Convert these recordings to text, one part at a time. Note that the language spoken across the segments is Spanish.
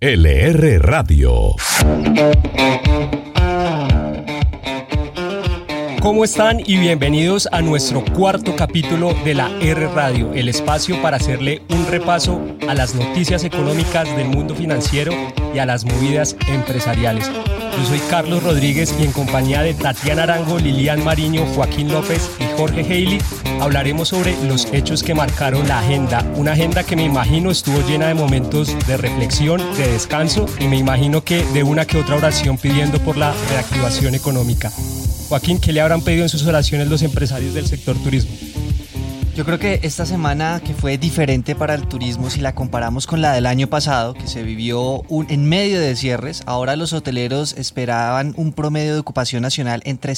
LR Radio. ¿Cómo están? Y bienvenidos a nuestro cuarto capítulo de la R Radio, el espacio para hacerle un repaso a las noticias económicas del mundo financiero y a las movidas empresariales. Yo soy Carlos Rodríguez y en compañía de Tatiana Arango, Lilian Mariño, Joaquín López y Jorge Haley hablaremos sobre los hechos que marcaron la agenda. Una agenda que me imagino estuvo llena de momentos de reflexión, de descanso y me imagino que de una que otra oración pidiendo por la reactivación económica. Joaquín, ¿qué le habrán pedido en sus oraciones los empresarios del sector turismo? Yo creo que esta semana que fue diferente para el turismo, si la comparamos con la del año pasado, que se vivió en medio de cierres, ahora los hoteleros esperaban un promedio de ocupación nacional entre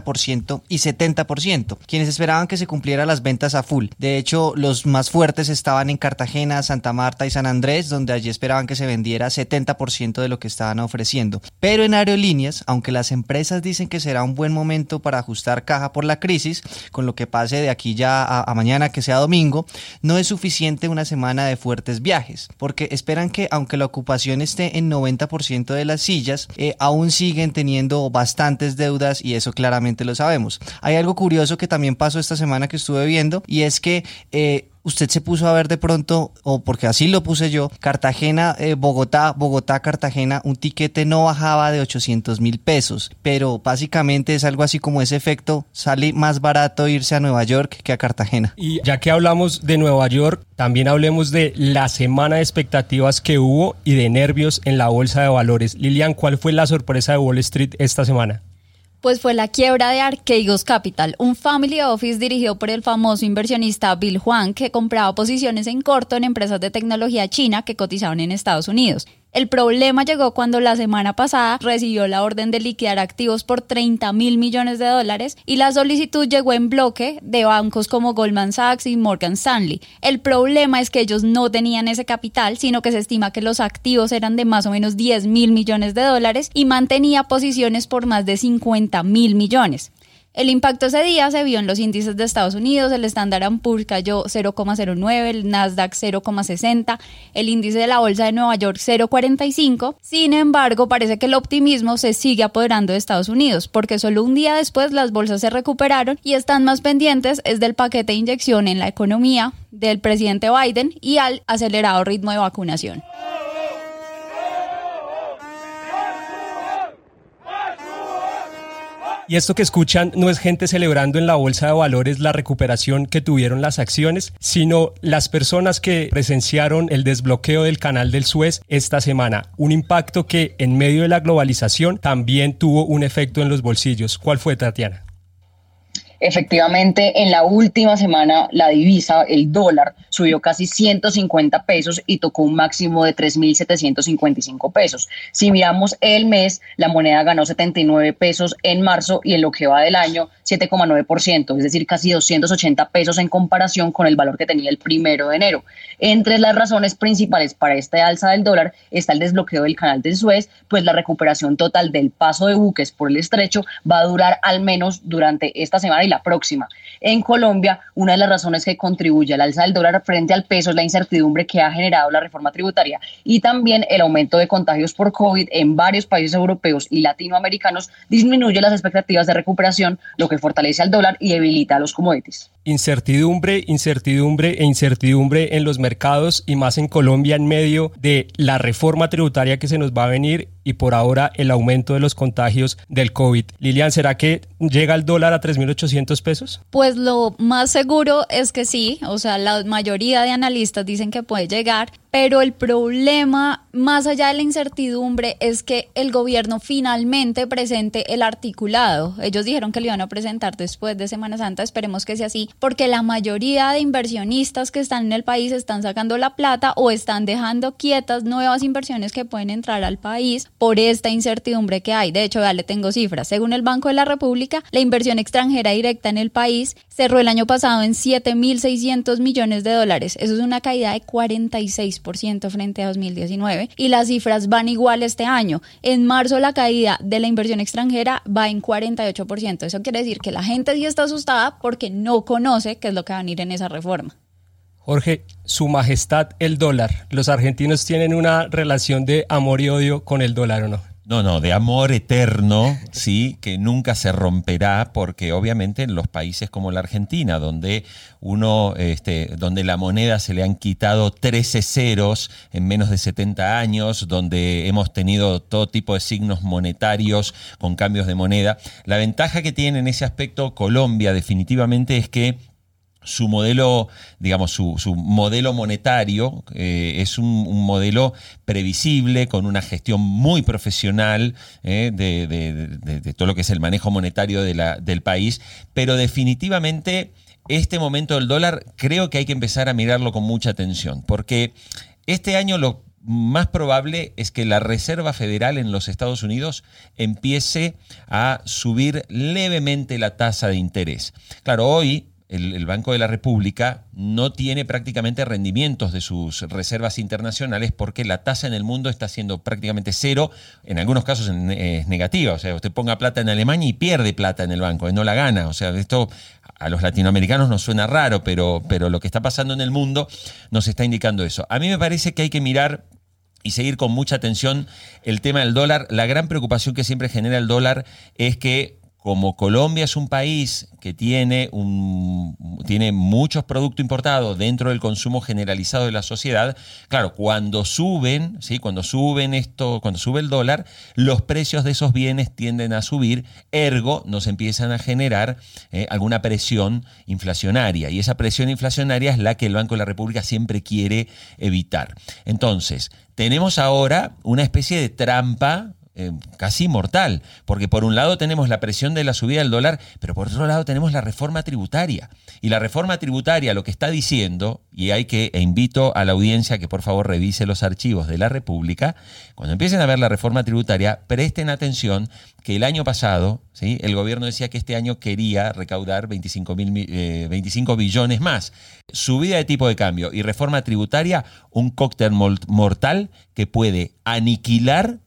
60% y 70%, quienes esperaban que se cumplieran las ventas a full. De hecho, los más fuertes estaban en Cartagena, Santa Marta y San Andrés, donde allí esperaban que se vendiera 70% de lo que estaban ofreciendo. Pero en aerolíneas, aunque las empresas dicen que será un buen momento para ajustar caja por la crisis, con lo que pase de aquí ya a mañana que sea domingo, no es suficiente una semana de fuertes viajes, porque esperan que aunque la ocupación esté en 90% de las sillas, aún siguen teniendo bastantes deudas y eso claramente lo sabemos. Hay algo curioso que también pasó esta semana que estuve viendo y es que usted se puso a ver de pronto, o porque así lo puse yo, Cartagena, Bogotá, Cartagena, un tiquete no bajaba de 800,000 pesos, pero básicamente es algo así como ese efecto, sale más barato irse a Nueva York que a Cartagena. Y ya que hablamos de Nueva York, también hablemos de la semana de expectativas que hubo y de nervios en la bolsa de valores. Lilian, ¿cuál fue la sorpresa de Wall Street esta semana? Pues fue la quiebra de Archegos Capital, un family office dirigido por el famoso inversionista Bill Hwang, que compraba posiciones en corto en empresas de tecnología china que cotizaban en Estados Unidos. El problema llegó cuando la semana pasada recibió la orden de liquidar activos por $30,000 millones y la solicitud llegó en bloque de bancos como Goldman Sachs y Morgan Stanley. El problema es que ellos no tenían ese capital, sino que se estima que los activos eran de más o menos $10,000 millones y mantenía posiciones por más de $50,000 millones. El impacto ese día se vio en los índices de Estados Unidos, el Standard & Poor's cayó 0,09, el Nasdaq 0,60, el índice de la bolsa de Nueva York 0,45. Sin embargo, parece que el optimismo se sigue apoderando de Estados Unidos, porque solo un día después las bolsas se recuperaron y están más pendientes es del paquete de inyección en la economía del presidente Biden y al acelerado ritmo de vacunación. Y esto que escuchan no es gente celebrando en la bolsa de valores la recuperación que tuvieron las acciones, sino las personas que presenciaron el desbloqueo del canal del Suez esta semana. Un impacto que en medio de la globalización también tuvo un efecto en los bolsillos. ¿Cuál fue, Tatiana? Efectivamente, en la última semana la divisa, el dólar, subió casi 150 pesos y tocó un máximo de 3.755 pesos. Si miramos el mes, la moneda ganó 79 pesos en marzo y en lo que va del año 7,9%, es decir, casi 280 pesos en comparación con el valor que tenía el 1 de enero. Entre las razones principales para esta alza del dólar está el desbloqueo del canal del Suez, pues la recuperación total del paso de buques por el estrecho va a durar al menos durante esta semana y la próxima. En Colombia, una de las razones que contribuye al alza del dólar frente al peso es la incertidumbre que ha generado la reforma tributaria y también el aumento de contagios por COVID en varios países europeos y latinoamericanos disminuye las expectativas de recuperación, lo que fortalece al dólar y debilita a los commodities. Incertidumbre en los mercados y más en Colombia en medio de la reforma tributaria que se nos va a venir y por ahora el aumento de los contagios del COVID. Lilian, ¿será que llega el dólar a 3.800 pesos? Pues lo más seguro es que sí, o sea, la mayoría de analistas dicen que puede llegar, pero el problema, más allá de la incertidumbre, es que el gobierno finalmente presente el articulado. Ellos dijeron que lo iban a presentar después de Semana Santa, esperemos que sea así, porque la mayoría de inversionistas que están en el país están sacando la plata o están dejando quietas nuevas inversiones que pueden entrar al país por esta incertidumbre que hay. De hecho, ya le tengo cifras. Según el Banco de la República, la inversión extranjera directa en el país cerró el año pasado en $7.600 millones. Eso es una caída de 46% frente a 2019 y las cifras van igual este año. En marzo la caída de la inversión extranjera va en 48%. Eso quiere decir que la gente sí está asustada porque no conoce qué es lo que va a venir en esa reforma. Jorge, Su Majestad el dólar. ¿Los argentinos tienen una relación de amor y odio con el dólar o no? No, de amor eterno, sí, que nunca se romperá, porque obviamente en los países como la Argentina, donde donde la moneda se le han quitado 13 ceros en menos de 70 años, donde hemos tenido todo tipo de signos monetarios con cambios de moneda, la ventaja que tiene en ese aspecto Colombia definitivamente es que su modelo, digamos, su modelo monetario es un modelo previsible, con una gestión muy profesional de todo lo que es el manejo monetario del país, pero definitivamente este momento del dólar creo que hay que empezar a mirarlo con mucha atención, porque este año lo más probable es que la Reserva Federal en los Estados Unidos empiece a subir levemente la tasa de interés. Claro, hoy el Banco de la República no tiene prácticamente rendimientos de sus reservas internacionales porque la tasa en el mundo está siendo prácticamente cero, en algunos casos es negativa. O sea, usted ponga plata en Alemania y pierde plata en el banco, no la gana. O sea, esto a los latinoamericanos nos suena raro, pero lo que está pasando en el mundo nos está indicando eso. A mí me parece que hay que mirar y seguir con mucha atención el tema del dólar. La gran preocupación que siempre genera el dólar es que, como Colombia es un país que tiene muchos productos importados dentro del consumo generalizado de la sociedad, claro, cuando sube el dólar, los precios de esos bienes tienden a subir, ergo nos empiezan a generar alguna presión inflacionaria, y esa presión inflacionaria es la que el Banco de la República siempre quiere evitar. Entonces, tenemos ahora una especie de trampa casi mortal, porque por un lado tenemos la presión de la subida del dólar, pero por otro lado tenemos la reforma tributaria. Y la reforma tributaria lo que está diciendo, y invito a la audiencia que por favor revise los archivos de la República, cuando empiecen a ver la reforma tributaria, presten atención que el año pasado, ¿sí?, el gobierno decía que este año quería recaudar 25 billones más. Subida de tipo de cambio y reforma tributaria, un cóctel mortal que puede aniquilar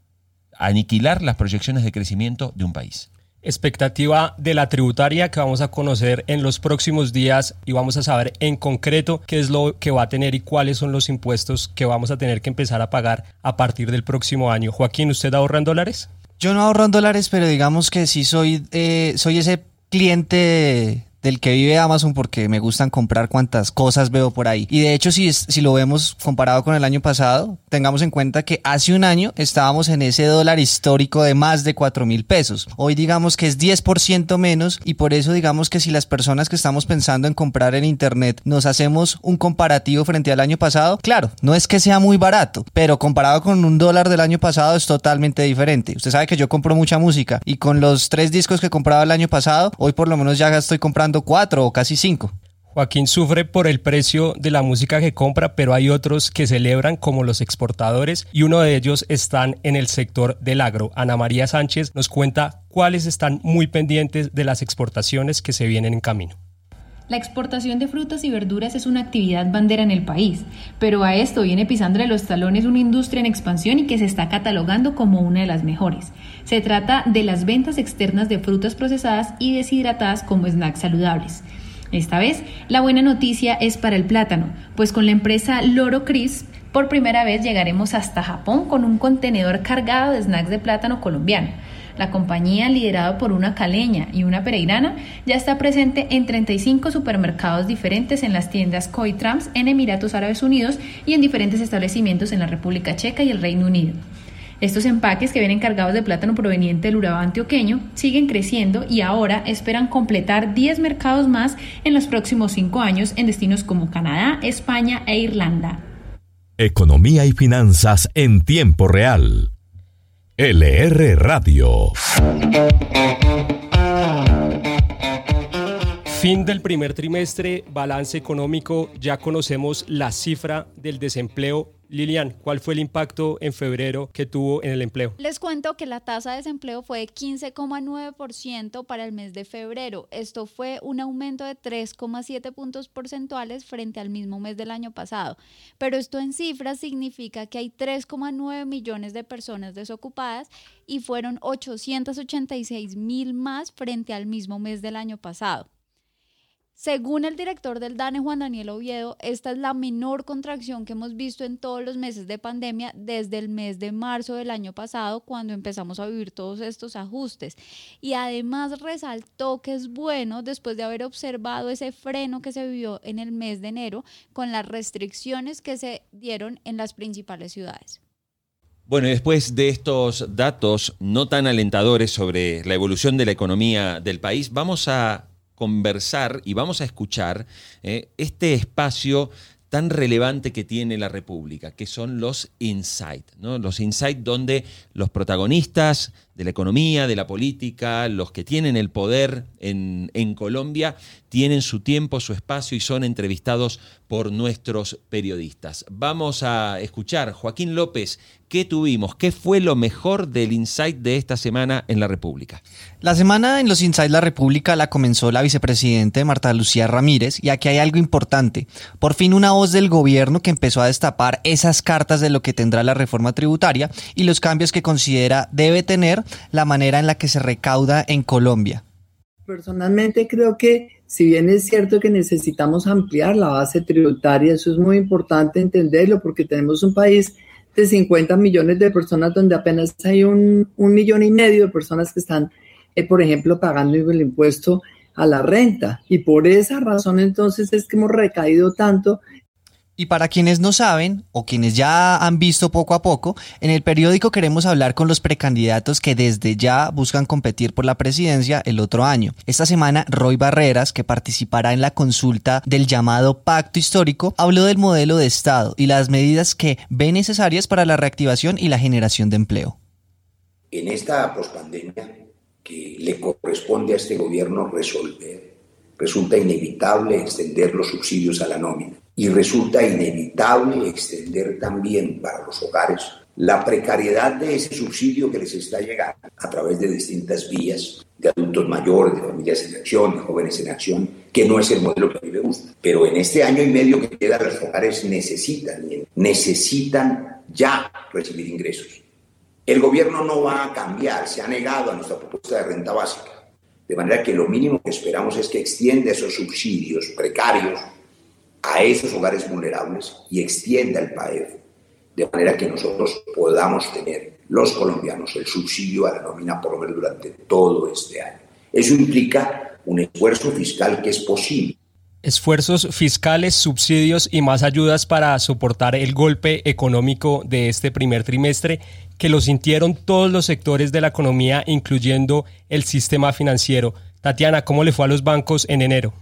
las proyecciones de crecimiento de un país. Expectativa de la tributaria que vamos a conocer en los próximos días, y vamos a saber en concreto qué es lo que va a tener y cuáles son los impuestos que vamos a tener que empezar a pagar a partir del próximo año. Joaquín, ¿usted ahorra en dólares? Yo no ahorro en dólares, pero digamos que sí soy ese cliente del que vive Amazon, porque me gustan comprar cuantas cosas veo por ahí. Y de hecho, si lo vemos comparado con el año pasado, tengamos en cuenta que hace un año estábamos en ese dólar histórico de más de 4.000 pesos. Hoy digamos que es 10% menos, y por eso digamos que si las personas que estamos pensando en comprar en internet nos hacemos un comparativo frente al año pasado, claro, no es que sea muy barato, pero comparado con un dólar del año pasado es totalmente diferente. Usted sabe que yo compro mucha música, y con los 3 discos que compraba el año pasado, hoy por lo menos ya estoy comprando 4 o casi 5. Joaquín sufre por el precio de la música que compra, pero hay otros que celebran, como los exportadores, y uno de ellos están en el sector del agro. Ana María Sánchez nos cuenta cuáles están muy pendientes de las exportaciones que se vienen en camino. La exportación de frutas y verduras es una actividad bandera en el país, pero a esto viene pisándole los talones una industria en expansión y que se está catalogando como una de las mejores. Se trata de las ventas externas de frutas procesadas y deshidratadas como snacks saludables. Esta vez, la buena noticia es para el plátano, pues con la empresa Loro Crisp, por primera vez llegaremos hasta Japón con un contenedor cargado de snacks de plátano colombiano. La compañía, liderada por una caleña y una pereirana, ya está presente en 35 supermercados diferentes en las tiendas Coitrams en Emiratos Árabes Unidos y en diferentes establecimientos en la República Checa y el Reino Unido. Estos empaques, que vienen cargados de plátano proveniente del Urabá antioqueño, siguen creciendo y ahora esperan completar 10 mercados más en los próximos 5 años en destinos como Canadá, España e Irlanda. Economía y finanzas en tiempo real. LR Radio. Fin del primer trimestre, balance económico, ya conocemos la cifra del desempleo. Lilian, ¿cuál fue el impacto en febrero que tuvo en el empleo? Les cuento que la tasa de desempleo fue de 15,9% para el mes de febrero. Esto fue un aumento de 3,7 puntos porcentuales frente al mismo mes del año pasado. Pero esto en cifras significa que hay 3,9 millones de personas desocupadas y fueron 886,000 más frente al mismo mes del año pasado. Según el director del DANE, Juan Daniel Oviedo, esta es la menor contracción que hemos visto en todos los meses de pandemia desde el mes de marzo del año pasado, cuando empezamos a vivir todos estos ajustes. Y además resaltó que es bueno después de haber observado ese freno que se vivió en el mes de enero con las restricciones que se dieron en las principales ciudades. Bueno, y después de estos datos no tan alentadores sobre la evolución de la economía del país, vamos a conversar y vamos a escuchar este espacio tan relevante que tiene la República, que son los insights, ¿no? Los insights donde los protagonistas de la economía, de la política, los que tienen el poder en Colombia, tienen su tiempo, su espacio y son entrevistados por nuestros periodistas. Vamos a escuchar, Joaquín López, ¿qué tuvimos? ¿Qué fue lo mejor del Insight de esta semana en la República? La semana en los Insights La República la comenzó la vicepresidenta Marta Lucía Ramírez, y aquí hay algo importante. Por fin una voz del gobierno que empezó a destapar esas cartas de lo que tendrá la reforma tributaria y los cambios que considera debe tener la manera en la que se recauda en Colombia. Personalmente creo que, si bien es cierto que necesitamos ampliar la base tributaria, eso es muy importante entenderlo, porque tenemos un país de 50 millones de personas donde apenas hay 1,5 millones de personas que están, por ejemplo, pagando el impuesto a la renta. Y por esa razón entonces es que hemos recaído tanto. Y para quienes no saben, o quienes ya han visto poco a poco, en el periódico queremos hablar con los precandidatos que desde ya buscan competir por la presidencia el otro año. Esta semana, Roy Barreras, que participará en la consulta del llamado Pacto Histórico, habló del modelo de Estado y las medidas que ve necesarias para la reactivación y la generación de empleo. En esta pospandemia que le corresponde a este gobierno resolver, resulta inevitable extender los subsidios a la nómina. Y resulta inevitable extender también para los hogares la precariedad de ese subsidio que les está llegando a través de distintas vías, de adultos mayores, de familias en acción, de jóvenes en acción, que no es el modelo que a mí me gusta. Pero en este año y medio que queda, los hogares necesitan ya recibir ingresos. El gobierno no va a cambiar, se ha negado a nuestra propuesta de renta básica. De manera que lo mínimo que esperamos es que extienda esos subsidios precarios a esos hogares vulnerables y extienda el PAEF, de manera que nosotros podamos tener, los colombianos, el subsidio a la nómina por lo menos durante todo este año. Eso implica un esfuerzo fiscal que es posible. Esfuerzos fiscales, subsidios y más ayudas para soportar el golpe económico de este primer trimestre, que lo sintieron todos los sectores de la economía, incluyendo el sistema financiero. Tatiana, ¿cómo le fue a los bancos en enero?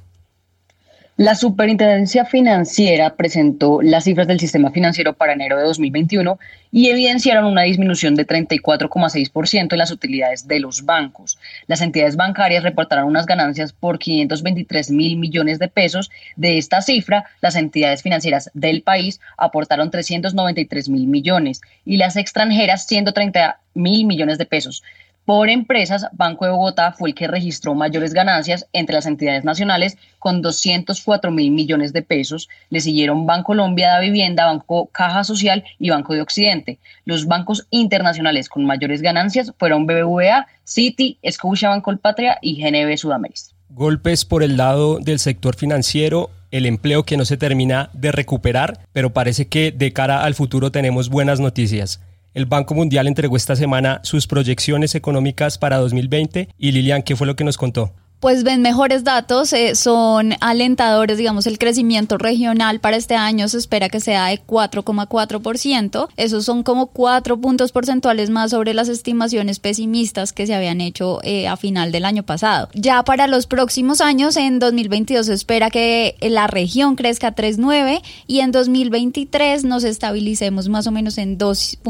La Superintendencia Financiera presentó las cifras del sistema financiero para enero de 2021 y evidenciaron una disminución de 34,6% en las utilidades de los bancos. Las entidades bancarias reportaron unas ganancias por 523.000 millones de pesos. De esta cifra, las entidades financieras del país aportaron 393.000 millones y las extranjeras 130.000 millones de pesos. Por empresas, Banco de Bogotá fue el que registró mayores ganancias entre las entidades nacionales con 204.000 millones de pesos. Le siguieron Bancolombia da Vivienda, Banco Caja Social y Banco de Occidente. Los bancos internacionales con mayores ganancias fueron BBVA, Citi, Scotiabank Colpatria y GNB Sudameris. Golpes por el lado del sector financiero, el empleo que no se termina de recuperar, pero parece que de cara al futuro tenemos buenas noticias. El Banco Mundial entregó esta semana sus proyecciones económicas para 2020 y Lilian, ¿qué fue lo que nos contó? Pues ven mejores datos, son alentadores, digamos, el crecimiento regional para este año se espera que sea de 4,4%, esos son como 4 puntos porcentuales más sobre las estimaciones pesimistas que se habían hecho a final del año pasado. Ya para los próximos años, en 2022 se espera que la región crezca 3,9% y en 2023 nos estabilicemos más o menos en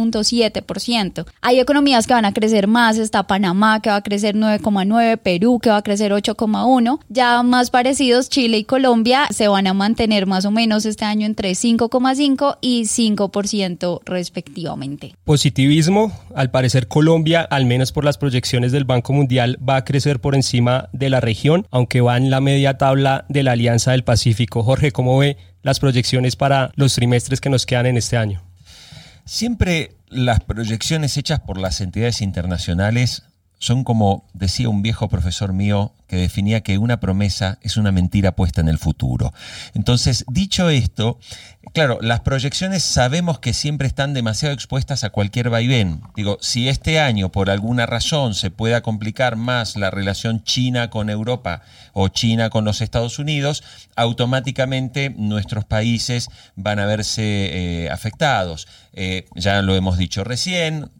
2,7%. Hay economías que van a crecer más, está Panamá que va a crecer 9,9%, Perú que va a crecer 8,1%, ya más parecidos Chile y Colombia se van a mantener más o menos este año entre 5,5% y 5% respectivamente. Positivismo, al parecer Colombia, al menos por las proyecciones del Banco Mundial, va a crecer por encima de la región, aunque va en la media tabla de la Alianza del Pacífico. Jorge, ¿cómo ve las proyecciones para los trimestres que nos quedan en este año? Siempre las proyecciones hechas por las entidades internacionales son como decía un viejo profesor mío que definía que una promesa es una mentira puesta en el futuro. Entonces, dicho esto, claro, las proyecciones sabemos que siempre están demasiado expuestas a cualquier vaivén. Digo, si este año por alguna razón se pueda complicar más la relación China con Europa o China con los Estados Unidos, automáticamente nuestros países van a verse afectados. Ya lo hemos dicho recién.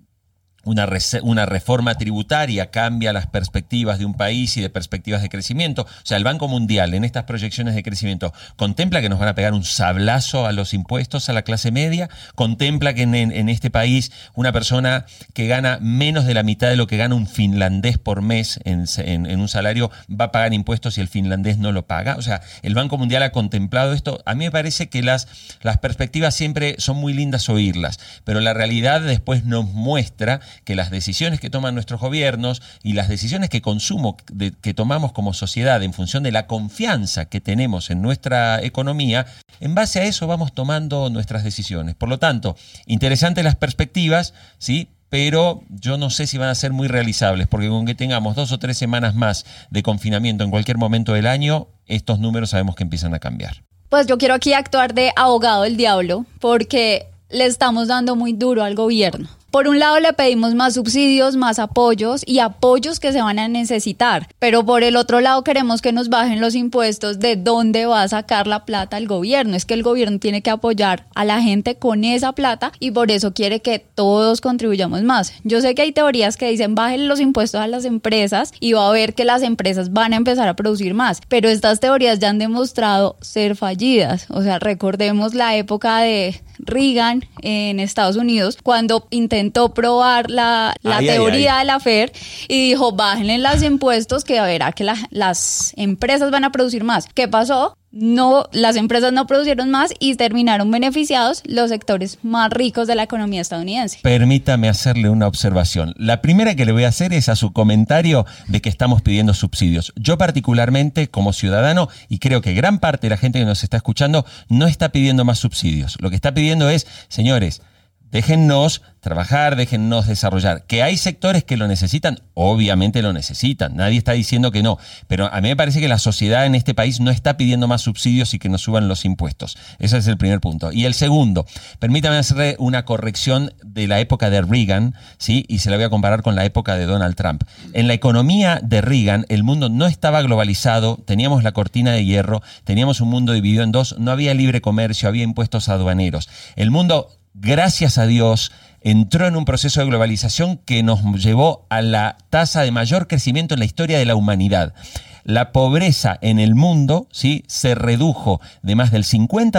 Una reforma tributaria cambia las perspectivas de un país y de perspectivas de crecimiento. O sea, el Banco Mundial en estas proyecciones de crecimiento contempla que nos van a pegar un sablazo a los impuestos a la clase media, contempla que en este país una persona que gana menos de la mitad de lo que gana un finlandés por mes en un salario va a pagar impuestos y el finlandés no lo paga. O sea, el Banco Mundial ha contemplado esto. A mí me parece que las perspectivas siempre son muy lindas oírlas, pero la realidad después nos muestra que las decisiones que toman nuestros gobiernos y las decisiones que que tomamos como sociedad en función de la confianza que tenemos en nuestra economía, en base a eso vamos tomando nuestras decisiones. Por lo tanto, interesantes las perspectivas, ¿sí? Pero yo no sé si van a ser muy realizables, porque con que tengamos 2 o 3 semanas más de confinamiento en cualquier momento del año, estos números sabemos que empiezan a cambiar. Pues yo quiero aquí actuar de abogado del diablo, porque le estamos dando muy duro al gobierno. Por un lado le pedimos más subsidios, más apoyos y apoyos que se van a necesitar, pero por el otro lado queremos que nos bajen los impuestos. ¿De dónde va a sacar la plata el gobierno? Es que el gobierno tiene que apoyar a la gente con esa plata y por eso quiere que todos contribuyamos más. Yo sé que hay teorías que dicen bajen los impuestos a las empresas y va a ver que las empresas van a empezar a producir más, pero estas teorías ya han demostrado ser fallidas. O sea, recordemos la época de Reagan en Estados Unidos cuando intentó probar la teoría de la FED y dijo bájenle los impuestos que verá que las empresas van a producir más. ¿Qué pasó? No, las empresas no producieron más y terminaron beneficiados los sectores más ricos de la economía estadounidense. Permítame hacerle una observación. La primera que le voy a hacer es a su comentario de que estamos pidiendo subsidios. Yo particularmente como ciudadano, y creo que gran parte de la gente que nos está escuchando, no está pidiendo más subsidios. Lo que está pidiendo es, señores, déjennos trabajar, déjennos desarrollar. ¿Que hay sectores que lo necesitan? Obviamente lo necesitan. Nadie está diciendo que no. Pero a mí me parece que la sociedad en este país no está pidiendo más subsidios y que nos suban los impuestos. Ese es el primer punto. Y el segundo, permítame hacerle una corrección de la época de Reagan, ¿sí? Y se la voy a comparar con la época de Donald Trump. En la economía de Reagan, el mundo no estaba globalizado, teníamos la cortina de hierro, teníamos un mundo dividido en dos, no había libre comercio, había impuestos aduaneros. El mundo, gracias a Dios, entró en un proceso de globalización que nos llevó a la tasa de mayor crecimiento en la historia de la humanidad. La pobreza en el mundo, ¿sí?, se redujo de más del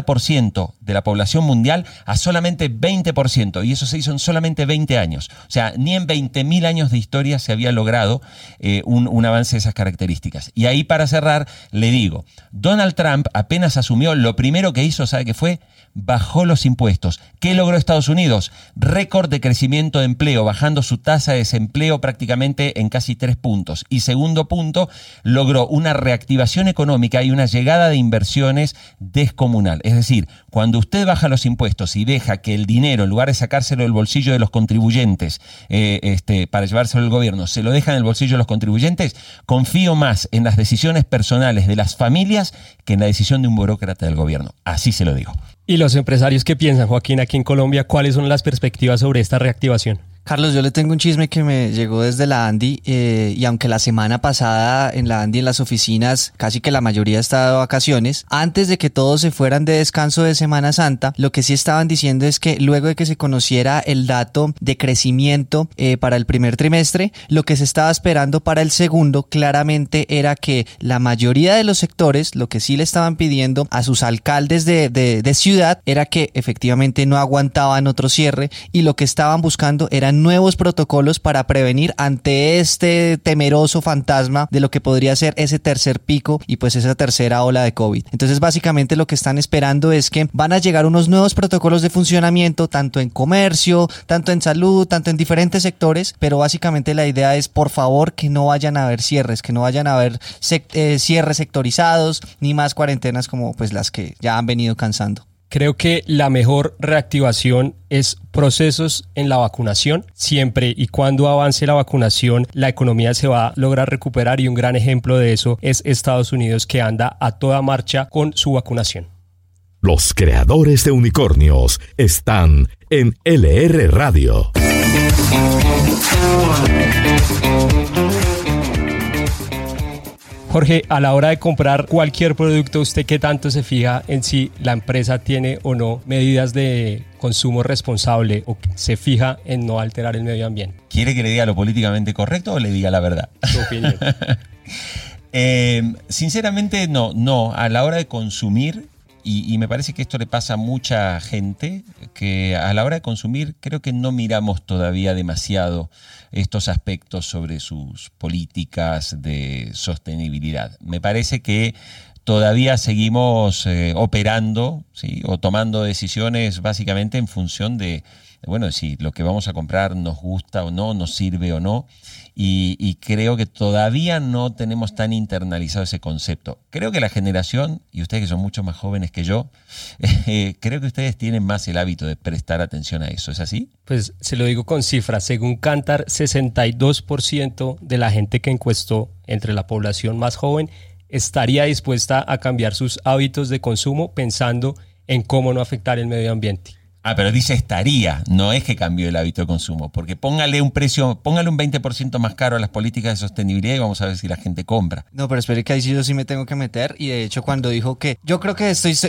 50% de la población mundial a solamente 20%, y eso se hizo en solamente 20 años. O sea, ni en 20.000 años de historia se había logrado un avance de esas características. Y ahí, para cerrar, le digo, Donald Trump apenas asumió, lo primero que hizo, ¿sabe qué fue? Bajó los impuestos. ¿Qué logró Estados Unidos? Récord de crecimiento de empleo, bajando su tasa de desempleo prácticamente en casi 3 puntos. Y segundo punto, logró una reactivación económica y una llegada de inversiones descomunal. Es decir, cuando usted baja los impuestos y deja que el dinero, en lugar de sacárselo del bolsillo de los contribuyentes para llevárselo al gobierno, se lo deja en el bolsillo de los contribuyentes, confío más en las decisiones personales de las familias que en la decisión de un burócrata del gobierno. Así se lo digo. ¿Y los empresarios qué piensan, Joaquín, aquí en Colombia? ¿Cuáles son las perspectivas sobre esta reactivación? Carlos, yo le tengo un chisme que me llegó desde la ANDI y aunque la semana pasada en la ANDI, en las oficinas, casi que la mayoría estaba de vacaciones, antes de que todos se fueran de descanso de Semana Santa, lo que sí estaban diciendo es que luego de que se conociera el dato de crecimiento para el primer trimestre, lo que se estaba esperando para el segundo claramente era que la mayoría de los sectores, lo que sí le estaban pidiendo a sus alcaldes de ciudad, era que efectivamente no aguantaban otro cierre y lo que estaban buscando eran nuevos protocolos para prevenir ante este temeroso fantasma de lo que podría ser ese tercer pico y pues esa tercera ola de COVID. Entonces básicamente lo que están esperando es que van a llegar unos nuevos protocolos de funcionamiento tanto en comercio, tanto en salud, tanto en diferentes sectores, pero básicamente la idea es por favor que no vayan a haber cierres, que no vayan a haber cierres sectorizados ni más cuarentenas como pues las que ya han venido cansando. Creo que la mejor reactivación es procesos en la vacunación. Siempre y cuando avance la vacunación, la economía se va a lograr recuperar y un gran ejemplo de eso es Estados Unidos, que anda a toda marcha con su vacunación. Los creadores de unicornios están en LR Radio. Jorge, a la hora de comprar cualquier producto, ¿usted qué tanto se fija en si la empresa tiene o no medidas de consumo responsable o se fija en no alterar el medio ambiente? ¿Quiere que le diga lo políticamente correcto o le diga la verdad? Su opinión. Sinceramente, no. A la hora de consumir, y me parece que esto le pasa a mucha gente, que a la hora de consumir creo que no miramos todavía demasiado estos aspectos sobre sus políticas de sostenibilidad. Me parece que todavía seguimos operando, ¿sí? O tomando decisiones básicamente en función de, bueno, si lo que vamos a comprar nos gusta o no, nos sirve o no. Y creo que todavía no tenemos tan internalizado ese concepto. Creo que la generación, y ustedes que son mucho más jóvenes que yo, creo que ustedes tienen más el hábito de prestar atención a eso. ¿Es así? Pues se lo digo con cifras. Según Kantar, 62% de la gente que encuestó entre la población más joven estaría dispuesta a cambiar sus hábitos de consumo pensando en cómo no afectar el medio ambiente. Pero dice estaría, no es que cambió el hábito de consumo, porque póngale un 20% más caro a las políticas de sostenibilidad y vamos a ver si la gente compra. No, pero espere que ahí sí yo sí me tengo que meter, y de hecho cuando dijo que yo creo que estoy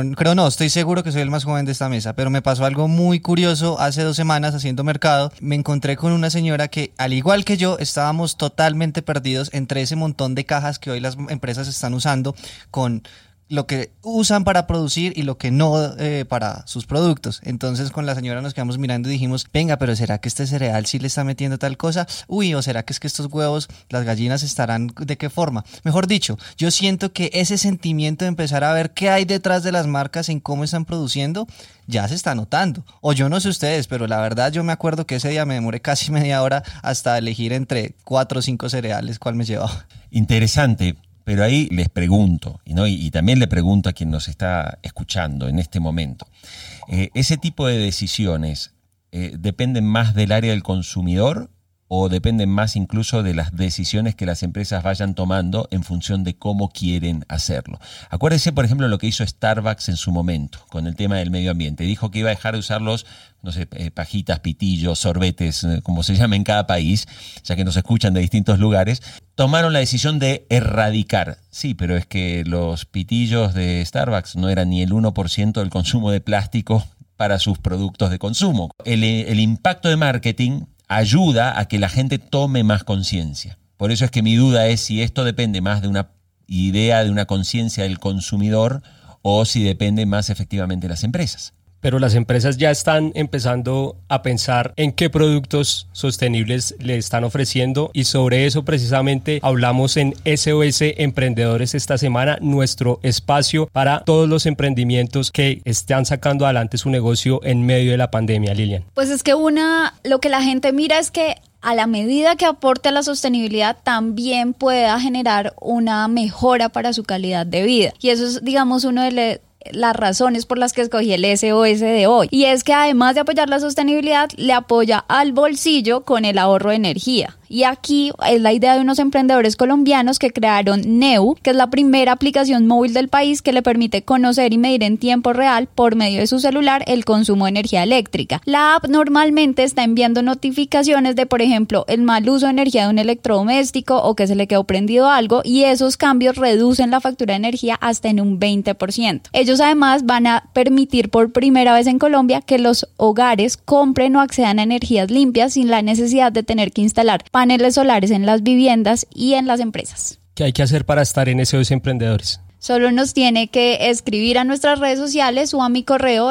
seguro que soy el más joven de esta mesa, pero me pasó algo muy curioso hace 2 semanas haciendo mercado. Me encontré con una señora que, al igual que yo, estábamos totalmente perdidos entre ese montón de cajas que hoy las empresas están usando con lo que usan para producir y lo que no para sus productos. Entonces con la señora nos quedamos mirando y dijimos, venga, pero ¿será que este cereal sí le está metiendo tal cosa? Uy, ¿o será que es que estos huevos, las gallinas estarán de qué forma? Mejor dicho, yo siento que ese sentimiento de empezar a ver qué hay detrás de las marcas en cómo están produciendo ya se está notando. O yo no sé ustedes, pero la verdad yo me acuerdo que ese día me demoré casi media hora hasta elegir entre 4 o 5 cereales cuál me llevaba. Interesante. Pero ahí les pregunto, ¿no? Y también le pregunto a quien nos está escuchando en este momento, ¿ese tipo de decisiones dependen más del área del consumidor o dependen más incluso de las decisiones que las empresas vayan tomando en función de cómo quieren hacerlo? Acuérdese, por ejemplo, lo que hizo Starbucks en su momento con el tema del medio ambiente. Dijo que iba a dejar de usar los, pajitas, pitillos, sorbetes, como se llama en cada país, ya que nos escuchan de distintos lugares. Tomaron la decisión de erradicar. Sí, pero es que los pitillos de Starbucks no eran ni el 1% del consumo de plástico para sus productos de consumo. El impacto de marketing ayuda a que la gente tome más conciencia. Por eso es que mi duda es si esto depende más de una idea, de una conciencia del consumidor, o si depende más efectivamente de las empresas. Pero las empresas ya están empezando a pensar en qué productos sostenibles le están ofreciendo, y sobre eso precisamente hablamos en SOS Emprendedores esta semana, nuestro espacio para todos los emprendimientos que están sacando adelante su negocio en medio de la pandemia. Lilian. Pues es que lo que la gente mira es que a la medida que aporte a la sostenibilidad también pueda generar una mejora para su calidad de vida, y eso es, digamos, uno de las razones por las que escogí el SOS de hoy. Y es que además de apoyar la sostenibilidad, le apoya al bolsillo con el ahorro de energía. Y aquí es la idea de unos emprendedores colombianos que crearon Neu, que es la primera aplicación móvil del país que le permite conocer y medir en tiempo real por medio de su celular el consumo de energía eléctrica. La app normalmente está enviando notificaciones de, por ejemplo, el mal uso de energía de un electrodoméstico o que se le quedó prendido algo, y esos cambios reducen la factura de energía hasta en un 20%. Ellos además van a permitir por primera vez en Colombia que los hogares compren o accedan a energías limpias sin la necesidad de tener que instalar paneles solares en las viviendas y en las empresas. ¿Qué hay que hacer para estar en SOS Emprendedores? Solo nos tiene que escribir a nuestras redes sociales o a mi correo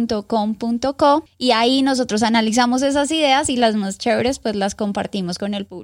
lmarino@larepublica.com.co, y ahí nosotros analizamos esas ideas y las más chéveres pues las compartimos con el público.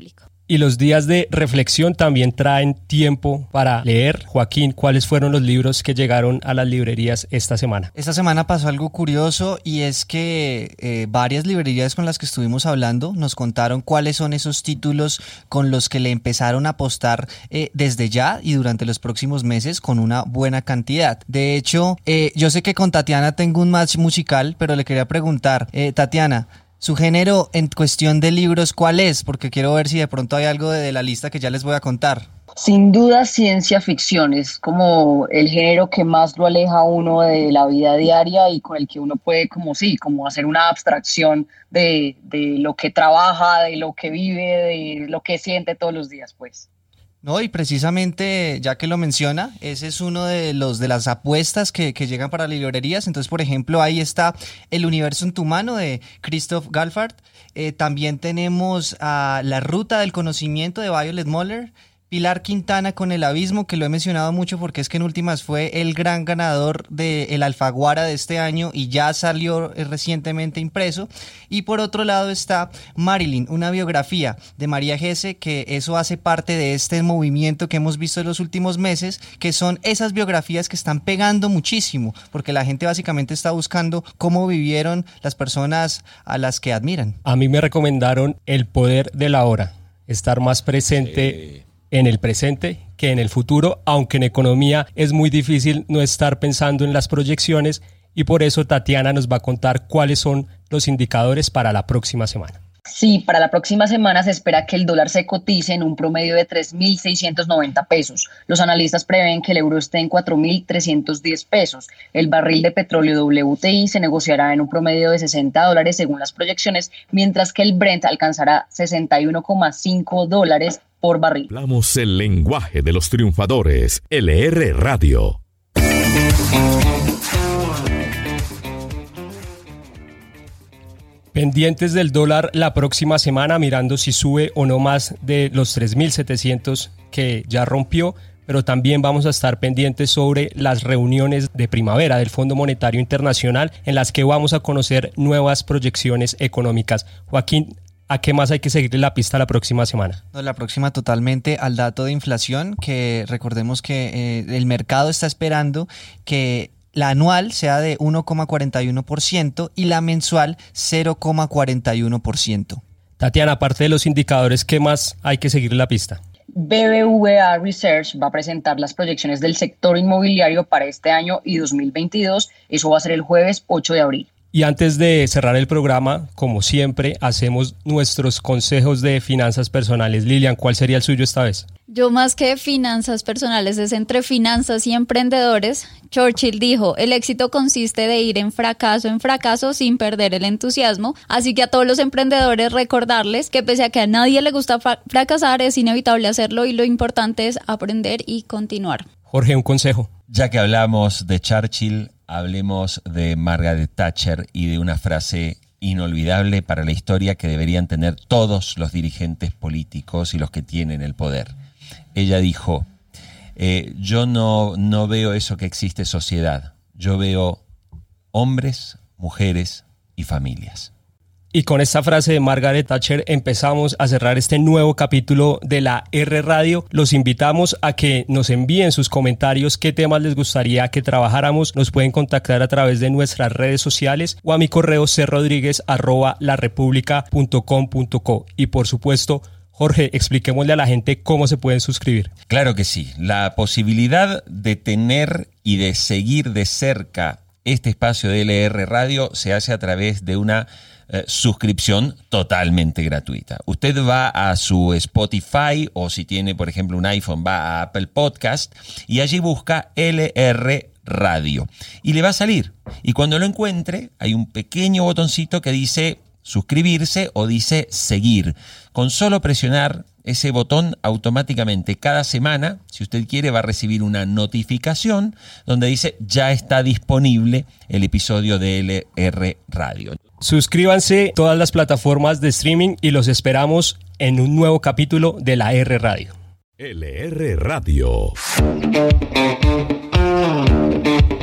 Y los días de reflexión también traen tiempo para leer. Joaquín, ¿cuáles fueron los libros que llegaron a las librerías esta semana? Esta semana pasó algo curioso y es que varias librerías con las que estuvimos hablando nos contaron cuáles son esos títulos con los que le empezaron a apostar desde ya y durante los próximos meses con una buena cantidad. De hecho, yo sé que con Tatiana tengo un match musical, pero le quería preguntar, Tatiana, ¿su género en cuestión de libros cuál es? Porque quiero ver si de pronto hay algo de la lista que ya les voy a contar. Sin duda, ciencia ficción es como el género que más lo aleja a uno de la vida diaria y con el que uno puede como hacer una abstracción de lo que trabaja, de lo que vive, de lo que siente todos los días, pues. No, y precisamente, ya que lo menciona, ese es uno de las apuestas que llegan para librerías. Entonces, por ejemplo, ahí está El universo en tu mano de Christoph Galfard. También tenemos La ruta del conocimiento de Violet Moller. Pilar Quintana con El abismo, que lo he mencionado mucho porque es que en últimas fue el gran ganador del Alfaguara de este año y ya salió recientemente impreso. Y por otro lado está Marilyn, una biografía de María Gese, que eso hace parte de este movimiento que hemos visto en los últimos meses, que son esas biografías que están pegando muchísimo, porque la gente básicamente está buscando cómo vivieron las personas a las que admiran. A mí me recomendaron El poder de la hora, estar más presente en el presente que en el futuro, aunque en economía es muy difícil no estar pensando en las proyecciones, y por eso Tatiana nos va a contar cuáles son los indicadores para la próxima semana. Sí, para la próxima semana se espera que el dólar se cotice en un promedio de 3.690 pesos. Los analistas prevén que el euro esté en 4.310 pesos. El barril de petróleo WTI se negociará en un promedio de $60 según las proyecciones, mientras que el Brent alcanzará $61,5 por barril. Hablamos el lenguaje de los triunfadores. LR Radio. Pendientes del dólar la próxima semana, mirando si sube o no más de los 3.700 que ya rompió, pero también vamos a estar pendientes sobre las reuniones de primavera del Fondo Monetario Internacional, en las que vamos a conocer nuevas proyecciones económicas. Joaquín, ¿a qué más hay que seguirle la pista la próxima semana? No, la próxima totalmente al dato de inflación, que recordemos que el mercado está esperando que la anual sea de 1,41% y la mensual 0,41%. Tatiana, aparte de los indicadores, ¿qué más hay que seguir la pista? BBVA Research va a presentar las proyecciones del sector inmobiliario para este año y 2022. Eso va a ser el jueves 8 de abril. Y antes de cerrar el programa, como siempre, hacemos nuestros consejos de finanzas personales. Lilian, ¿cuál sería el suyo esta vez? Yo más que finanzas personales es entre finanzas y emprendedores. Churchill dijo, el éxito consiste de ir en fracaso sin perder el entusiasmo. Así que a todos los emprendedores recordarles que pese a que a nadie le gusta fracasar, es inevitable hacerlo y lo importante es aprender y continuar. Jorge, un consejo. Ya que hablamos de Churchill, hablemos de Margaret Thatcher y de una frase inolvidable para la historia que deberían tener todos los dirigentes políticos y los que tienen el poder. Ella dijo, yo no veo eso que existe sociedad, yo veo hombres, mujeres y familias. Y con esta frase de Margaret Thatcher empezamos a cerrar este nuevo capítulo de la R Radio. Los invitamos a que nos envíen sus comentarios, qué temas les gustaría que trabajáramos. Nos pueden contactar a través de nuestras redes sociales o a mi correo crodriguez@larepublica.com.co. Y por supuesto, Jorge, expliquémosle a la gente cómo se pueden suscribir. Claro que sí. La posibilidad de tener y de seguir de cerca este espacio de LR Radio se hace a través de una suscripción totalmente gratuita. Usted va a su Spotify o si tiene, por ejemplo, un iPhone, va a Apple Podcast y allí busca LR Radio y le va a salir. Y cuando lo encuentre, hay un pequeño botoncito que dice suscribirse o dice seguir. Con solo presionar ese botón, automáticamente cada semana, si usted quiere, va a recibir una notificación donde dice ya está disponible el episodio de LR Radio. Suscríbanse a todas las plataformas de streaming y los esperamos en un nuevo capítulo de la R Radio. LR Radio.